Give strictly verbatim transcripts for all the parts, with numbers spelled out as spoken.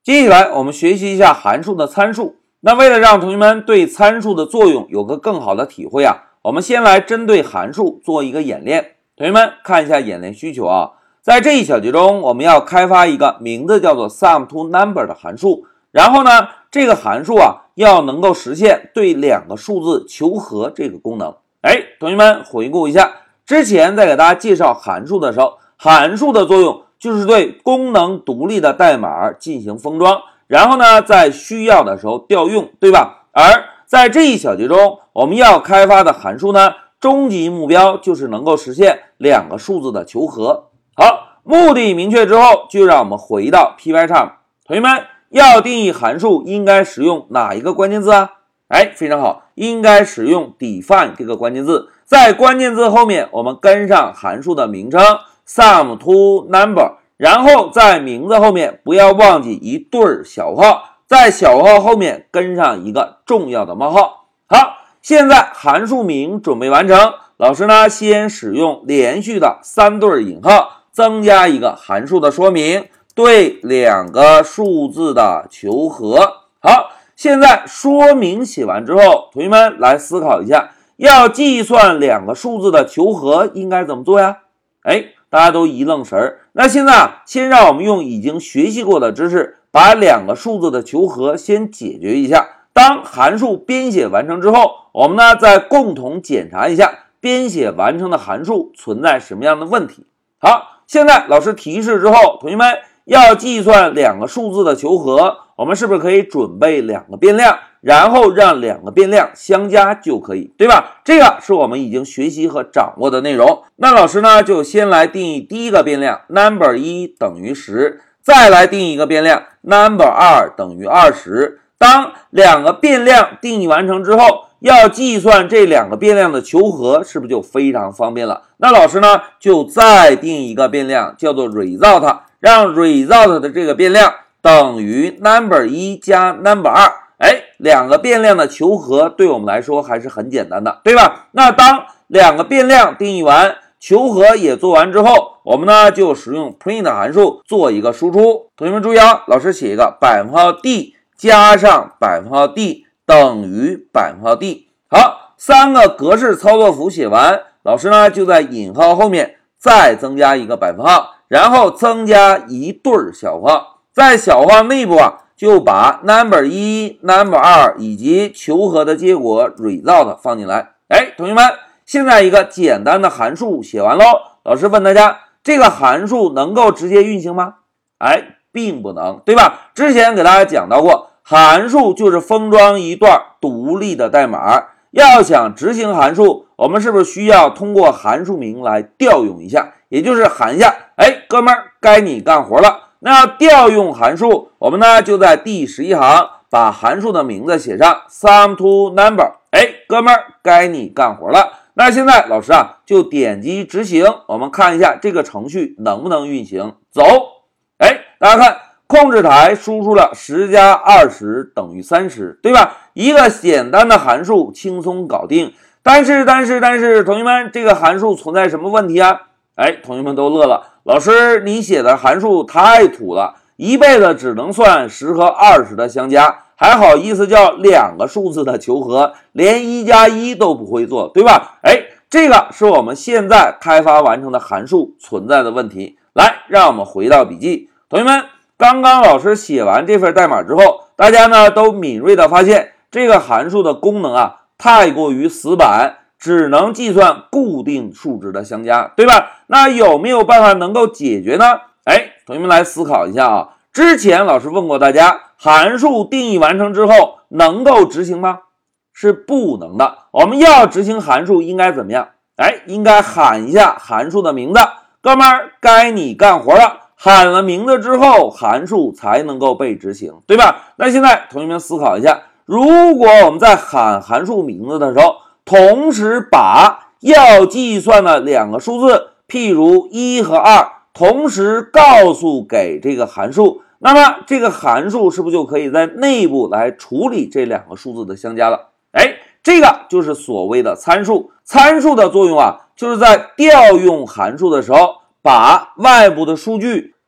接下来我们学习一下函数的参数。那为了让同学们对参数的作用有个更好的体会啊，我们先来针对函数做一个演练。同学们看一下演练需求啊，在这一小节中，我们要开发一个名字叫做 SUM_TO_NUMBER 的函数，然后呢，这个函数啊要能够实现对两个数字求和这个功能。哎，同学们回顾一下，之前在给大家介绍函数的时候，函数的作用就是对功能独立的代码进行封装，然后呢，在需要的时候调用，对吧？而在这一小节中，我们要开发的函数呢，终极目标就是能够实现两个数字的求和。好，目的明确之后，就让我们回到 Pycharm。同学们要定义函数，应该使用哪一个关键字啊？哎，非常好，应该使用 define 这个关键字。在关键字后面，我们跟上函数的名称 SUM_TO_NUMBER， 然后在名字后面不要忘记一对小号，在小号后面跟上一个重要的冒号。好，现在函数名准备完成，老师呢先使用连续的三对引号，增加一个函数的说明，对两个数字的求和。好，现在说明写完之后，同学们来思考一下，要计算两个数字的求和应该怎么做呀？哎，大家都一愣神儿。那现在啊，先让我们用已经学习过的知识，把两个数字的求和先解决一下。当函数编写完成之后，我们呢再共同检查一下编写完成的函数存在什么样的问题。好，现在老师提示之后，同学们要计算两个数字的求和，我们是不是可以准备两个变量，然后让两个变量相加就可以，对吧？这个是我们已经学习和掌握的内容。那老师呢就先来定义第一个变量 number 一等于十，再来定义一个变量 number 二等于二十。当两个变量定义完成之后，要计算这两个变量的求和，是不是就非常方便了？那老师呢就再定一个变量叫做 result， 让 result 的这个变量等于 number 一加 number 二。哎，两个变量的求和对我们来说还是很简单的，对吧？那当两个变量定义完，求和也做完之后，我们呢就使用 print 函数做一个输出。同学们注意啊，老师写一个百分号 d 加上百分号 d 等于百分号 d。好，三个格式操作符写完，老师呢就在引号后面再增加一个百分号，然后增加一对小括号，在小括号内部啊就把 number 一 number 二以及求和的结果 result 放进来。哎，同学们，现在一个简单的函数写完喽，老师问大家，这个函数能够直接运行吗？哎，并不能，对吧？之前给大家讲到过，函数就是封装一段独立的代码，要想执行函数，我们是不是需要通过函数名来调用一下，也就是喊一下，哎，哥们儿，该你干活了。那调用函数，我们呢就在第十一行把函数的名字写上 SUM_TO_NUMBER， 哎，哥们儿，该你干活了。那现在老师啊就点击执行，我们看一下这个程序能不能运行。走，哎，大家看，控制台输出了十加二十等于三十，对吧？一个简单的函数轻松搞定。但是但是但是同学们，这个函数存在什么问题啊？哎，同学们都乐了，老师你写的函数太土了，一辈子只能算十和二十的相加，还好意思叫两个数字的求和，连一加一都不会做，对吧？哎，这个是我们现在开发完成的函数存在的问题。来，让我们回到笔记。同学们，刚刚老师写完这份代码之后，大家呢都敏锐的发现这个函数的功能啊太过于死板，只能计算固定数值的相加，对吧？那有没有办法能够解决呢？哎，同学们来思考一下啊。之前老师问过大家，函数定义完成之后能够执行吗？是不能的。我们要执行函数应该怎么样？哎，应该喊一下函数的名字，哥们儿，该你干活了。喊了名字之后，函数才能够被执行，对吧？那现在同学们思考一下，如果我们在喊函数名字的时候，同时把要计算的两个数字，譬如一和二，同时告诉给这个函数，那么这个函数是不是就可以在内部来处理这两个数字的相加了？哎，这个就是所谓的参数。参数的作用啊，就是在调用函数的时候，把外部的数据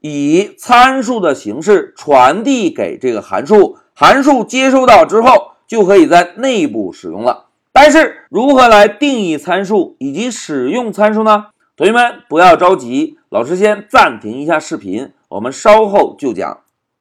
以参数的形式传递给这个函数，函数接收到之后就可以在内部使用了。但是如何来定义参数以及使用参数呢？同学们不要着急，老师先暂停一下视频，我们稍后就讲。